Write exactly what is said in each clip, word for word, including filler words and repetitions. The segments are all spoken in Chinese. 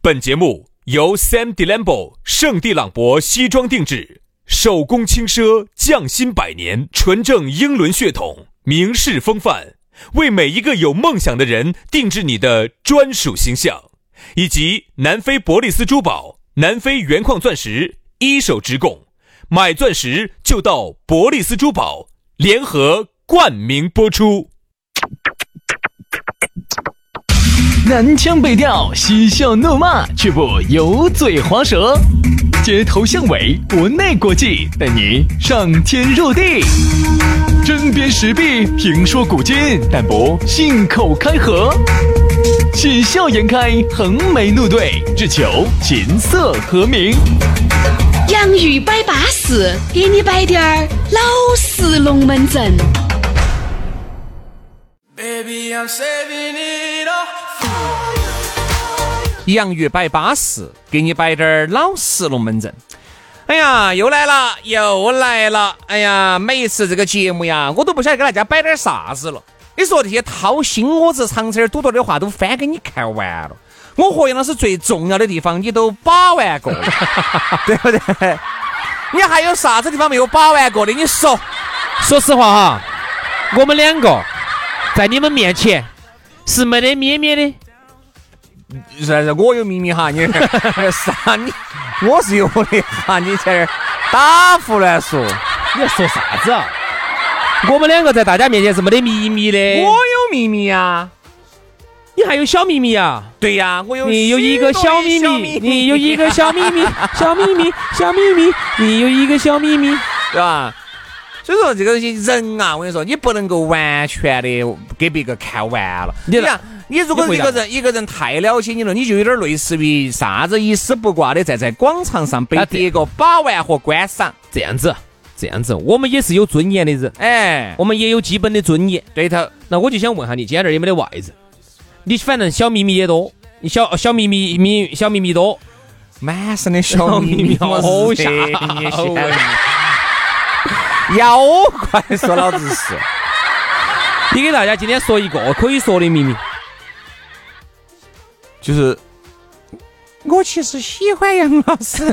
本节目由 Sam Delambo 圣地朗博西装定制，手工轻奢，匠心百年，纯正英伦血统，名士风范，为每一个有梦想的人定制你的专属形象。以及南非伯利斯珠宝、南非原矿钻石一手直供，买钻石就到伯利斯珠宝，联合冠名播出。 南腔北调，嬉笑怒骂，却不油嘴滑舌，街头巷尾，国内国际，带你上天入地，针砭时弊，评说古今，但不信口开河，喜笑颜开，横眉怒对，只求琴瑟和鸣。 洋芋摆巴士，给你摆点儿老式龙门阵。 Baby, I'm saving it all. 洋芋摆巴适，给你摆点儿老实龙门阵。哎呀，又来了，又来了！哎呀，每一次这个节目呀，我都不晓得给大家摆点啥子了。你说这些掏心窝子、长词儿、堵到的话都翻给你看完了。我和杨老师最重要的地方，你都把玩过了，对不对？你还有啥子地方没有把玩过的？你说。 说实话哈，我们两个在你们面前是没得咩咩的。 是是，我有秘密哈，你啥你？我是有的哈，你在这儿打胡乱说， 你要说啥子啊？我们两个在大家面前是没得秘密的。 我有秘密呀， 你还有小秘密啊？ 对呀，我有。 你有一个小秘密，你有一个小秘密，小秘密，小秘密，你有一个小秘密， 对吧？所以说这个人啊，我跟你说，你不能够完全的给别个看完了。你看。你如果一个人一个人太了解你了，你就有点类似于啥子一丝不挂的站在广场上被别个把玩和观赏， 这样子，这样子，我们也是有尊严的人， 哎， 我们也有基本的尊严。 对头。 那我就想问下你，今天这儿有没得外子？你反正小秘密也多，你小小秘密秘小秘密多， 满身的小秘密， 好吓妖怪说老子是。 你给大家今天说一个可以说的秘密。 就是我其实喜欢杨老师。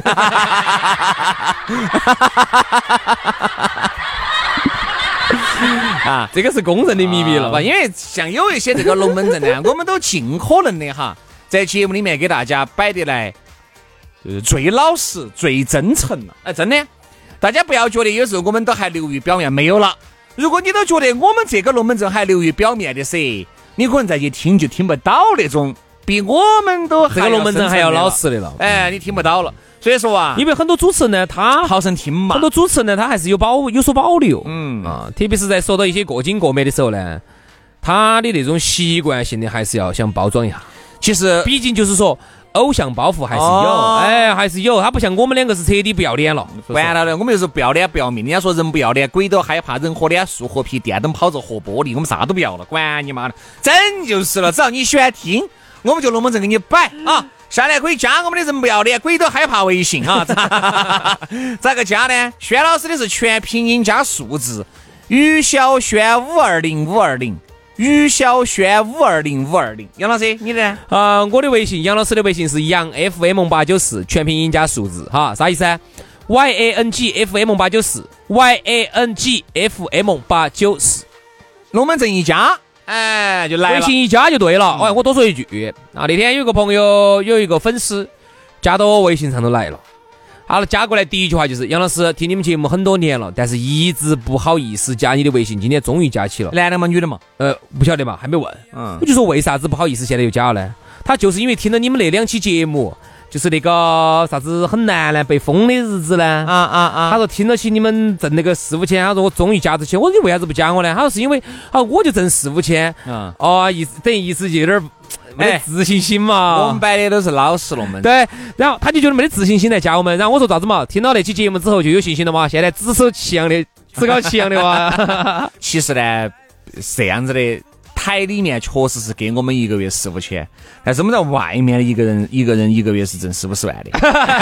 啊，这个是公认的秘密了吧？ 啊、因为像有一些这个龙门阵呢，我们都尽可能的哈，在节目里面给大家摆的来，就是最老实、最真诚了。哎，真的，大家不要觉得有时候我们都还流于表面，没有了。如果你都觉得我们这个龙门阵还流于表面的噻，你可能再去听就听不到那种。比我们都这个龙门阵还要老实的了， 哎，你听不到了。所以说啊， 因为很多主持人呢，他好生听嘛， 很多主持人呢，他还是有保有所保留， 嗯啊，特别是在说到一些过紧过美的时候呢，他的那种习惯性的还是要想包装一下。 其实， 毕竟就是说，偶像包袱还是有，哦、哎，还是有。他不像我们两个是彻底不要脸了， 完了的，我们就是不要脸不要命。人家说人不要脸，鬼都害怕；人和脸树和皮，电灯跑着和玻璃，我们啥都不要了，管你妈的，真就是了。只要你喜欢听。我们就龙门阵给你摆啊！下来可以加我们的人不要脸，鬼都害怕微信啊！咋个加呢？轩老师的是全拼音加数字，于小轩五二零五二零，于小轩五二零五二零。杨老师，你的呢？ 啊、呃，我的微信，杨老师的微信是杨 F M 八九四，全拼音加数字，哈，啥意思啊 ？Y A N G F M 八九四 ，Y A N G F M 八九四， 龙门阵一加。哎，就来了， 微信一加就对了。哎、嗯，我多说一句啊，那天有个朋友有一个粉丝加到我微信上头来了，好了，加过来第一句话就是杨老师听你们节目很多年了，但是一直不好意思加你的微信，今天终于加起了。 男的吗？女的吗？ 呃，不晓得嘛，还没问。 嗯， 我就说为啥子不好意思现在又加了呢？他就是因为听了你们那两期节目。就是那个啥子很难呢，被封的日子呢， 啊啊啊！ 他说听得起你们挣那个四五千，他说我终于加这些，我说你为啥子不加我呢？他说是因为啊我就挣四五千， 嗯， 哦，意思等于意思就有点没得自信心嘛。 我们摆的都是老实龙门阵， 对，然后他就觉得没得自信心来加我们，然后我说咋子嘛？听到那期节目之后就有信心了嘛？现在只手齐扬的，趾高气扬的哇。 其实呢，是这样子的。台里面确实是给我们一个月四五千，但是我们在外面的一个人一个人一个月是挣四五十万的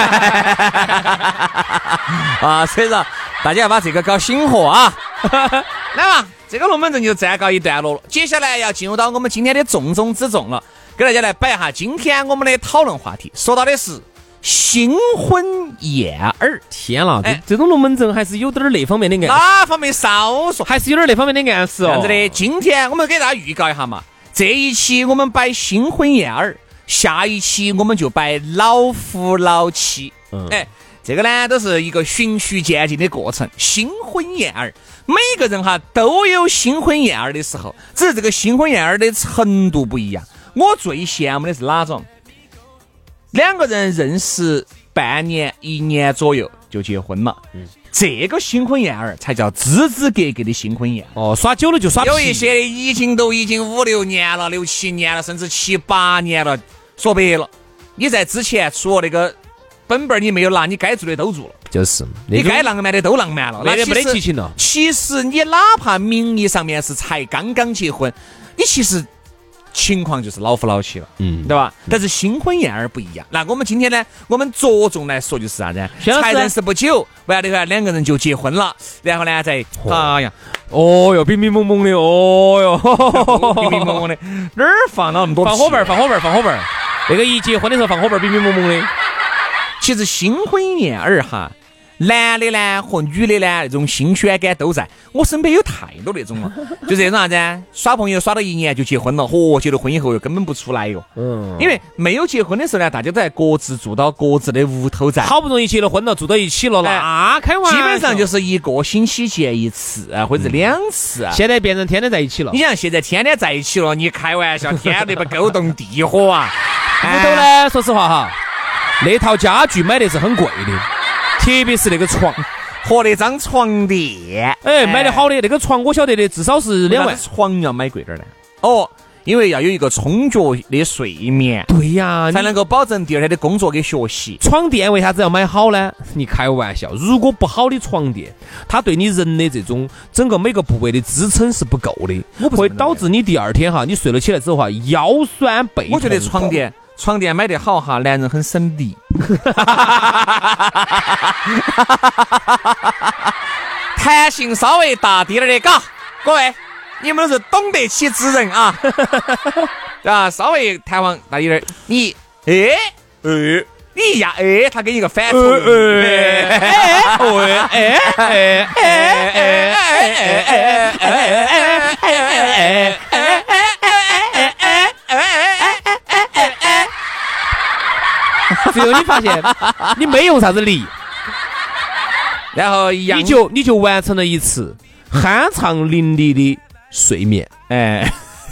啊，所以说大家要把这个搞醒活啊。来嘛，这个龙门阵就暂告一段落了。接下来要进入到我们今天的重中之重了。 给大家来摆一下今天我们的讨论话题，说到的是新婚燕尔。 天啦， 哎这这种龙门阵还是有点儿那方面的暗示， 哪方面少说， 还是有点儿那方面的暗示哦。 这样子的，今天我们给大家预告一下嘛，这一期我们摆新婚燕尔，下一期我们就摆老夫老妻。嗯，哎，这个呢都是一个循序渐进的过程。新婚燕尔，每个人哈都有新婚燕尔的时候，只是这个新婚燕尔的程度不一样。我最羡慕的是哪种？两个人认识半年、一年左右就结婚了，嗯，这个新婚燕尔才叫支支格格的新婚燕尔。 哦，耍久了就耍皮。 有一些已经都已经五六年了、六七年了，甚至七八年了。说白了，你在之前出那个本本你没有拿，你该做的都做了， 就是你该浪漫的都浪漫了， 那没得激情了。 其实你哪怕名义上面是才刚刚结婚，你其实情况就是老夫老妻了，嗯，对吧？但是新婚燕尔不一样。那我们今天呢，我们着重来说就是啥子？才认识不久，完了以后两个人就结婚了，然后呢，再哎呀， 哦哟，冰冰蒙蒙的，哦哟， 冰冰蒙蒙的，哪儿放了那么多？ 放火盆，放火盆，放火盆。那个一结婚的时候放火盆，冰冰蒙蒙的。 其实新婚燕尔哈。男的呢和女的呢那种新鲜感都在，我身边有太多那种了，就这种啥子耍朋友耍了一年就结婚了，嚯、哦，结了婚以后又根本不出来哟。嗯，因为没有结婚的时候呢，大家都在各自住到各自的屋头在， 好不容易结了婚了，住到一起了， 哎、 那开玩笑， 基本上就是一个星期见一次啊，或者两次啊。 现在变成天天在一起了。 你想现在天天在一起了，你开玩笑，天那不勾动地火啊？ 屋头呢，说实话哈，那套家具买的是很贵的。特别是那个床和那张床垫， 哎，买的好的那个床，我晓得的，至少是两万。 床要买贵点儿的哦，因为要有一个充足的睡眠。 对呀， 才能够保证第二天的工作跟学习。 床垫为啥子要买好呢？你开玩笑，如果不好的床垫，它对你人的这种整个每个部位的支撑是不够的，会导致你第二天哈，你睡了起来之后哈，腰酸背痛。 我觉得床垫。床垫买得好哈，男人很省力。弹性稍微大滴点的，嘎，各位，你们都是懂得起之人啊。啊，稍微弹簧大滴点，你，哎，哎，你呀，哎，他给你个反冲。哎，哎，哎，哎，哎，哎，哎，哎， 只有你发现你没用啥子力， 然后你就你就完成了一次酣畅淋漓的睡眠。 哎，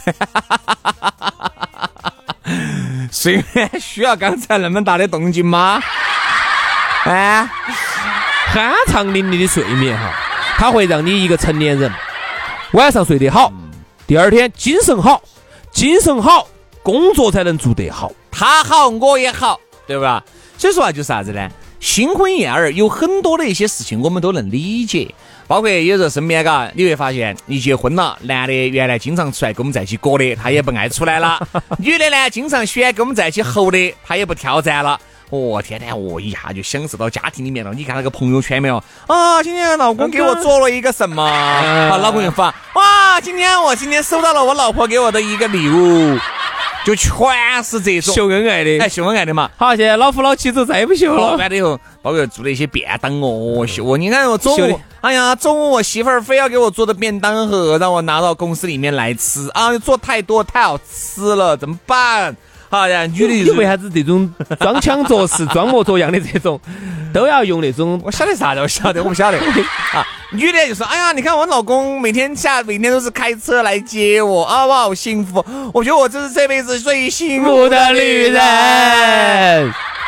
睡眠需要刚才那么大的动静吗？哎， 酣畅淋漓的睡眠哈，它会让你一个成年人晚上睡得好，第二天精神好，精神好，工作才能做得好。 他好，我也好。对吧？所以说啊，就是啥子呢？新婚燕尔有很多的一些事情我们都能理解，包括有时候身边嘎，你会发现一结婚了，男的原来经常出来跟我们在一起裹的，他也不爱出来了；女的呢，经常喜欢跟我们在一起吼的，他也不挑战了。哦，天天我一下就享受到家庭里面了。你看那个朋友圈没有啊？今天老公给我做了一个什么？啊，老公就发哇，今天我今天收到了我老婆给我的一个礼物。就全是这种秀恩爱的， 哎，秀恩爱的嘛。 好，现在老夫老妻都再也不秀了。 完了以后，包括做了一些便当哦，秀哦。你看我中午，哎呀，中午我媳妇儿非要给我做的便当盒，让我拿到公司里面来吃啊，做太多太好吃了，怎么办？好呀，女的你为啥子这种装腔作势、装模作样的这种，都要用那种？ 我晓得啥子？我晓得，我不晓得啊。女的就说：“哎呀，你看我老公每天下每天都是开车来接我啊，我好幸福！我觉得我这是这辈子最幸福的女人。”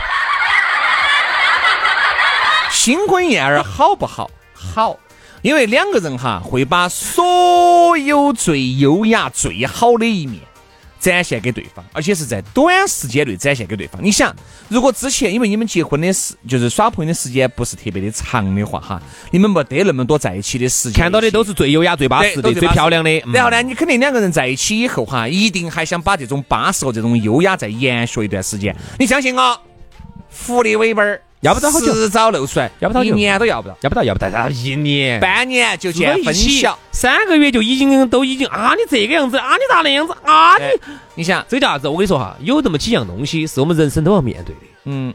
新婚燕尔好不好？好，因为两个人哈会把所有最优雅、最好的一面展现给对方，而且是在短时间内展现给对方。你想，如果之前因为你们结婚的时就是耍朋友的时间不是特别的长的话哈，你们没得那么多在一起的时间， 看到的都是最优雅、最巴适的、最漂亮的。 然后呢，你肯定两个人在一起以后哈，一定还想把这种巴适和这种优雅再延续一段时间。你相信我，福利尾巴要不到好久， 迟早露出来， 要不到一年都要不到， 要不到，要不到，要一年， 半年就见分晓， 三个月就已经都已经啊，你这个样子啊，你咋那样子啊？你、哎、 你想这叫啥子？我跟你说哈，有这么几样东西是我们人生都要面对的。 嗯，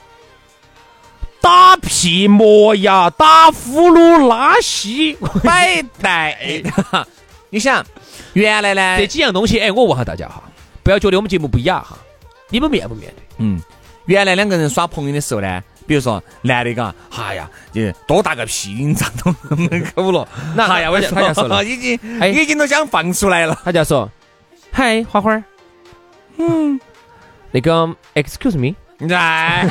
打屁、磨牙、打呼噜、拉稀、 摆带。你想，原来呢这几样东西，哎，我问下大家哈，不要觉得我们节目不雅哈，你们面不面对？ 嗯，原来两个人耍朋友的时候呢，比如说男的嘎，哎呀，就多大个屁你长到门口了， 那哎呀，我他就说了， 已经、哎、已经都想放出来了， 他就说，嗨，花花，嗯，那个 ，excuse me， 哎，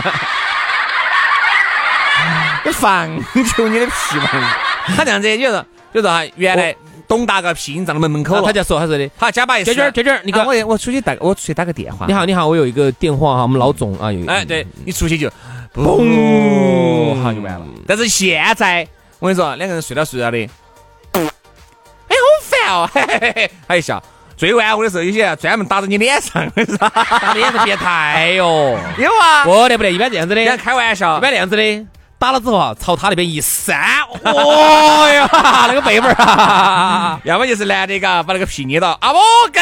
你放球你的屁嘛，他这样子就是就是哈，原来。东大个屁，你站到门门口了。 他就说，他说的， 好，加把意思。 娟娟，娟娟，你看、 啊、我我出去打，我出去打个电话。 你好，你好，我有一个电话哈，我们老总啊有。 哎，对你出去就，嘣，好就完了。但是现在我跟你说，两个人睡到睡到的，哎，好烦哦，嘿嘿嘿，还一笑。最玩我的时候，有些专门打到你脸上， 打脸是变态哟。 有啊， 不得不得，一般这样子的， 开玩笑， 一般这样子的。打了之后啊，朝他那边一扇，哦呀，那个背板啊， 要么就是男的嘎把那个屁捏到啊，我跟，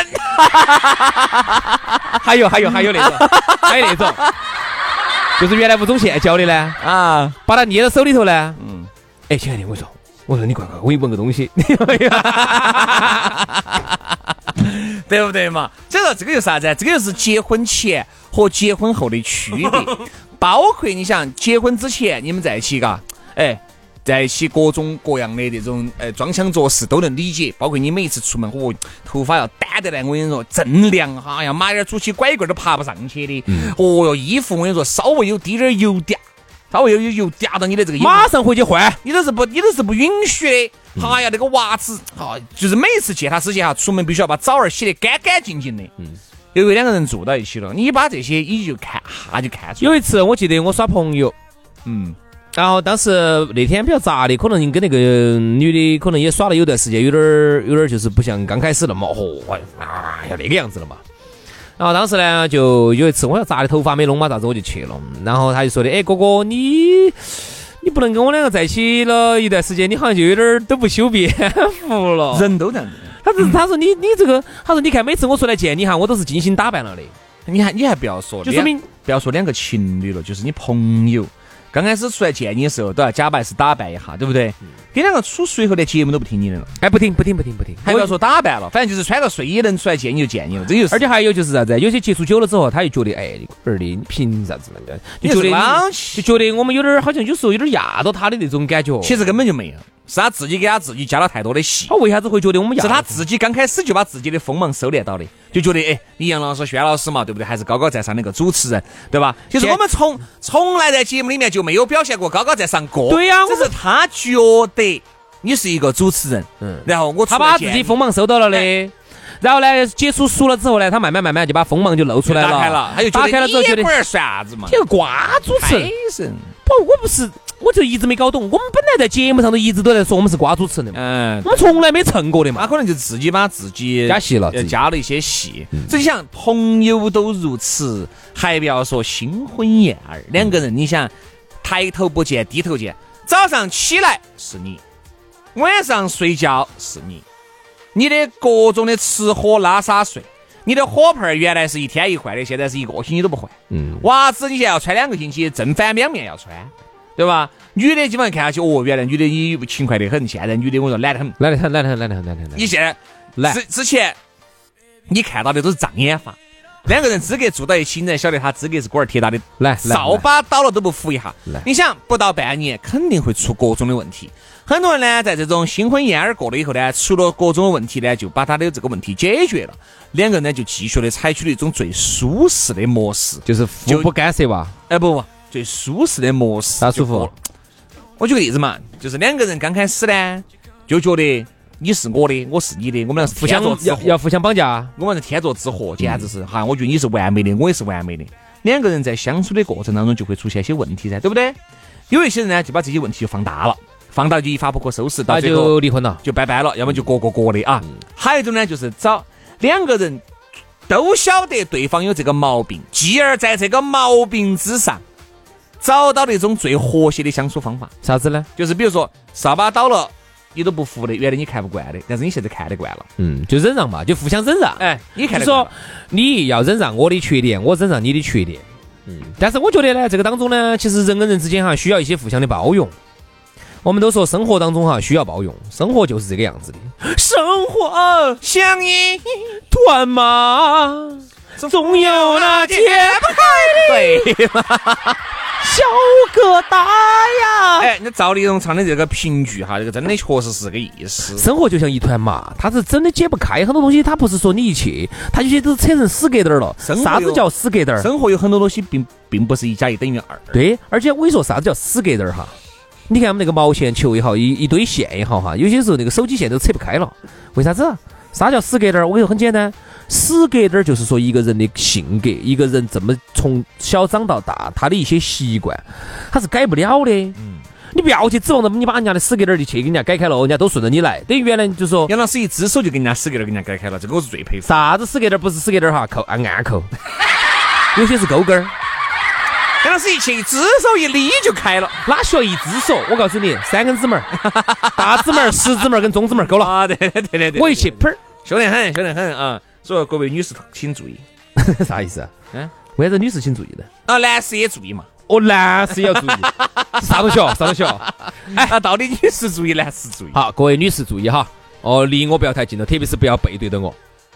还有还有还有那种，还有那种，就是原来吴宗宪教的呢， 啊， 把他捏到手里头呢，嗯，哎，亲爱的，我说，我说你快快，我给你问个东西， 对不对嘛？所以说这个就是啥子？这个就是结婚前和结婚后的区别。包括你想结婚之前你们在一起嘎，哎，在一起各种各样的这种呃装腔作势都能理解，包括你每一次出门，哦，头发要单得来，我跟你说锃亮哈呀，马眼拄起拐棍都爬不上去的，嗯、哦哟，衣服我跟你说稍微有滴点油嗲，稍微有油嗲到你的这个衣服， 马上回去换， 你都是不你都是不允许的。嗯、哎呀，那个袜子哈，就是每次见他之前哈，出门必须要把澡儿洗得干干净净的。嗯。因为两个人住到一起了，你把这些一就看哈就看出来。 有一次我记得我耍朋友，嗯，然后当时那天比较杂的，可能跟那个女的可能也耍了有段时间，有点有点就是不像刚开始那么哦，哎呀那个样子了嘛。然后当时呢，就有一次我要扎的头发没弄嘛，咋子我就去了。然后他就说的，哎哥哥你你不能跟我两个在一起了一段时间，你好像就有点都不修边幅了。 人都这样子。 他是他说你你这个，他说你看每次我出来见你哈，我都是精心打扮了的。 你还你还不要说， 就说明不要说两个情侣了，就是你朋友刚开始出来见你的时候，都要假扮是打扮一下，对不对？嗯、跟两个处随后的节目都不听你的了， 哎，不听不听不听不听， 还不要说打扮了，反正就是穿个睡衣能出来见你就见你了，这就是。 而且还有就是啥子？有些接触久了之后，他就觉得，哎，你儿的，你凭啥子呢？就觉得就觉得我们有点好像有时候有点压到他的那种感觉。 其实根本就没有。是他自己给他自己加了太多的戏， 他为啥子会觉得我们？ 是他自己刚开始就把自己的锋芒收敛到的，就觉得哎，你杨老师、轩老师嘛，对不对？还是高高在上的一个主持人，对吧？其实我们从从来在节目里面就没有表现过高高在上过， 对呀、啊， 只是他觉得你是一个主持人，嗯，然后我他把自己锋芒收到了的。哎，然后呢，接触熟了之后呢，他慢慢慢慢就把锋芒就露出来了， 打开了，他就打开了之后觉得算啥子嘛？ 这个瓜主持人，不，我不是。我就一直没搞懂，我们本来在节目上都一直都在说我们是瓜主持人的嘛，嗯，我们从来没蹭过的嘛， 他可能就自己把自己加戏了， 加了一些戏。所以你想，朋友都如此，还不要说新婚燕尔，两个人，你想抬头不见低头见，早上起来是你，晚上睡觉是你，你的各种的吃喝拉撒睡。你的火盆原来是一天一换的，现在是一个星期都不换。嗯，袜子你现在要穿两个星期，正反两面要穿。对吧？女的基本上看下去，哦，原来女的你勤快得很，现在女的我说懒得很， 懒得很，懒得很，懒得很，懒得很。 你现在之之前你看到的都是障眼法，两个人资格住到一起，你才晓得他资格是锅儿铁打的。 来， 扫把倒了都不扶一下。你想不到半年肯定会出各种的问题。很多人呢，在这种新婚燕尔过了以后呢，出了各种问题呢，就把他的这个问题解决了。两个人呢，就继续的采取了一种最舒适的模式， 就是互不干涉吧？ 哎，不不。最舒适的模式， 啥舒服？ 我举个例子嘛，就是两个人刚开始呢，就觉得你是我的，我是你的，我们俩是互相要要互相绑架， 我们是天作之合，简直是哈、嗯！我觉得你是完美的，我也是完美的。两个人在相处的过程当中就会出现一些问题噻，对不对？有一些人呢就把这些问题就放大了，放大就一发不可收拾，到最后就离婚了， 就拜拜了，要么就各过各的啊。嗯、还有一种呢，就是找两个人都晓得对方有这个毛病，继而在这个毛病之上。 找到那种最和谐的相处方法。 啥子呢？ 就是比如说扫把倒了你都不服的，原来你看不惯的，但是你现在看得惯了。 嗯，就忍让嘛，就互相忍让。 哎，你看得惯。就说你要忍让我的缺点，我忍让你的缺点。嗯，但是我觉得呢，这个当中呢，其实人跟人之间哈需要一些互相的包容。我们都说生活当中哈需要包容，生活就是这个样子的。生活像一团马，总有那解不开的对小疙瘩呀。 哎，那赵丽蓉唱的这个评剧哈，这个真的确实是个意思。 生活就像一团麻，它是真的解不开很多东西，它不是说你一切，它有些都扯成死疙瘩了。啥子叫死疙瘩？ 生活有很多东西并并不是一加一等于二。 对，而且我跟你说啥子叫死疙瘩哈？你看我们那个毛线球也好，一一堆线也好哈，有些时候那个手机线都扯不开了。为啥子？啥叫死疙瘩？我跟你说很简单，死疙瘩就是说一个人的性格，一个人这么从小长到大，他的一些习惯，他是改不了的。嗯，你不要去指望着你把人家的死疙瘩去给人家改开了，人家都顺着你来。等于原来就说杨老师一只手就给人家死疙瘩给人家改开了，这个我是最佩服。 啥子死疙瘩不是死疙瘩哈？扣按按扣，有些是勾勾。 杨老师一去一只手一理就开了， 哪需要一只手？我告诉你，三根指门，大指门、食指门跟中指门够了啊！对对对对对， 我一去砰， 凶得很，凶得很啊！所以各位女士请注意， 啥意思啊？ 嗯， 为啥女士请注意呢？ 啊，男士也注意嘛。 哦，男士也要注意，啥东西哦？啥东西哦？ 哎，啊，到底女士注意，男士注意。 好，各位女士注意哈，哦，离我不要太近了，特别是不要背对着我。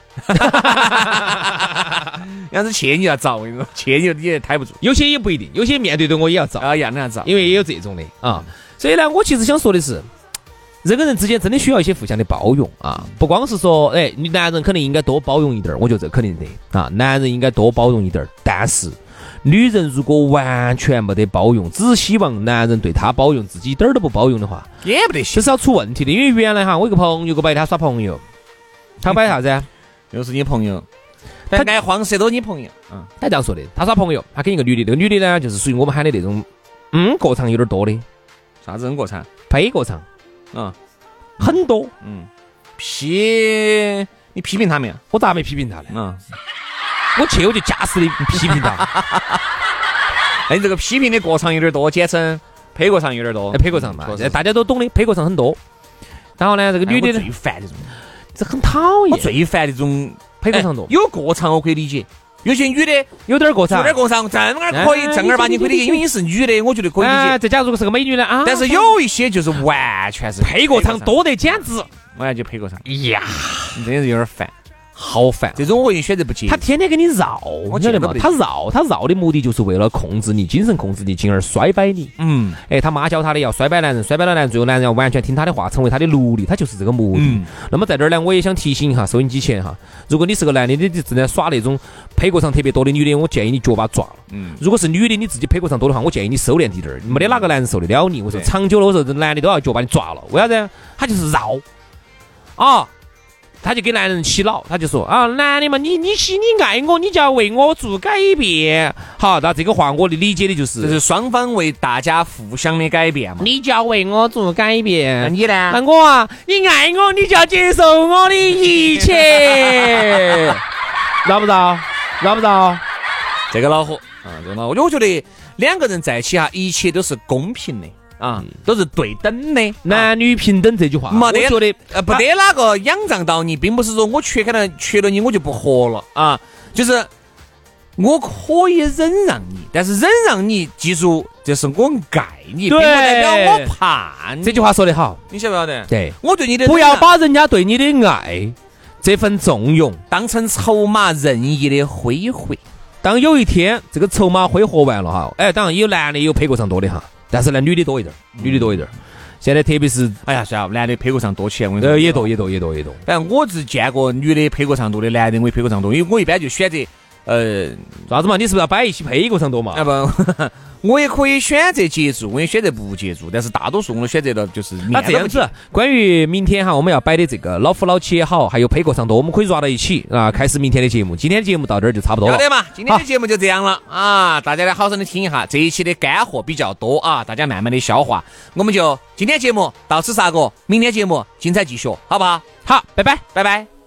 要是切你要找，我跟你说，切你你也抬不住。 有些也不一定，有些面对着我也要找啊，一样的要找， 因为也有这种的啊。所以呢，我其实想说的是，人跟人之间真的需要一些互相的包容啊，不光是说，哎，你男人肯定应该多包容一点，我觉得这肯定的啊，男人应该多包容一点，但是女人如果完全没得包容，只希望男人对她包容，自己一点都不包容的话， 也不得行， 这是要出问题的。因为原来哈，我一个朋友给我摆他耍朋友，他摆啥子？ 又是你朋友。他爱黄色都你朋友， 嗯，他这样说的。他耍朋友，他跟一个女的，那个女的呢，就是属于我们喊的那种，嗯，过场有点多的。 啥子嗯过场？ 呸过场， 嗯， 很多， 嗯，批你批评他没有？ 我咋没批评他呢？ 嗯， 我去我就驾驶的批评他。 哎，你这个批评的过场有点多，简称呸过场有点多， 呸过场嘛，大家都懂的，呸过场很多。然后呢，这个女的最烦这种， 这很讨厌。 我最烦这种。 配过场多、 哎、有过场我可以理解，有些女的有点过场， 有点过场，正儿可以，哎、正儿八经可以理解，因为你是女的，我觉得可以理解。 哎、这假如果是个美女呢啊， 但是有一些就是完全是配过场多得简直， 我感觉配过场， 哎呀， 你真的是有点烦。 好烦， 这种我已经选择不接。 他天天跟你绕， 我觉得嘛， 他绕他绕的目的就是为了控制你，精神控制你，进而衰摆你。 嗯， 哎，他妈教他的要衰摆男人，衰摆了男人，最后男人要完全听他的话，成为他的奴隶，他就是这个目的。嗯、那么在这儿呢，我也想提醒一下收音机前哈，如果你是个男的，你正在耍那种配过场特别多的女的，我建议你脚把抓了。嗯，如果是女的，你自己配过场多的话，我建议你收敛滴点儿，没得哪个男人受得了你。我说长久了，我说这男的都要脚把你抓了，为啥子？他就是绕啊。他就给男人洗脑，他就说啊，男的嘛，你你你你爱我，你就要为我做改变。好，那这个话我的理解的就是， 就是双方为大家互相的改变嘛。 你就要为我做改变， 那你呢？ 那我啊，你爱我，你就要接受我的一切，绕不绕？绕不绕？ 这个恼火啊，这个恼火。我觉得两个人在一起哈，一切都是公平的。啊，都是对等的， 男女平等这句话， 没得， 我觉得呃，不得哪个仰仗到你，并不是说我缺开了缺了你我就不活了啊，就是我可以忍让你，但是忍让你，记住，这是我爱你，并不代表我怕你。 这句话说得好， 你晓不晓得？ 对， 我对你的不要把人家对你的爱这份重用当成筹码任意的挥霍。 当有一天这个筹码挥霍完了哈，哎，当然有男的有配过场多的哈。但是呢，女的多一点，女的多一点。现在特别是， 哎呀，算了，男的配过场多起来，我跟你说，呃，也多，也多，也多，也多。 反正我只见过女的配过场多的，男的我也配过场多，因为我一般就选择，呃， 啥子嘛？你是不是要摆一起配过场多嘛？ 啊不，我也可以选择接住，我也选择不接住，但是大多数我选择了就是面。 那这样子，关于明天哈我们要摆的这个老夫老妻也好，还有配过场多，我们可以抓到一起啊，开始明天的节目。今天的节目到这儿就差不多了。 好的嘛，今天的节目就这样了啊，大家呢好生的听一下，这一期的干货比较多啊，大家慢慢的消化。我们就今天节目到此杀过，明天节目精彩继续，好不好？ 好，拜拜， 拜拜。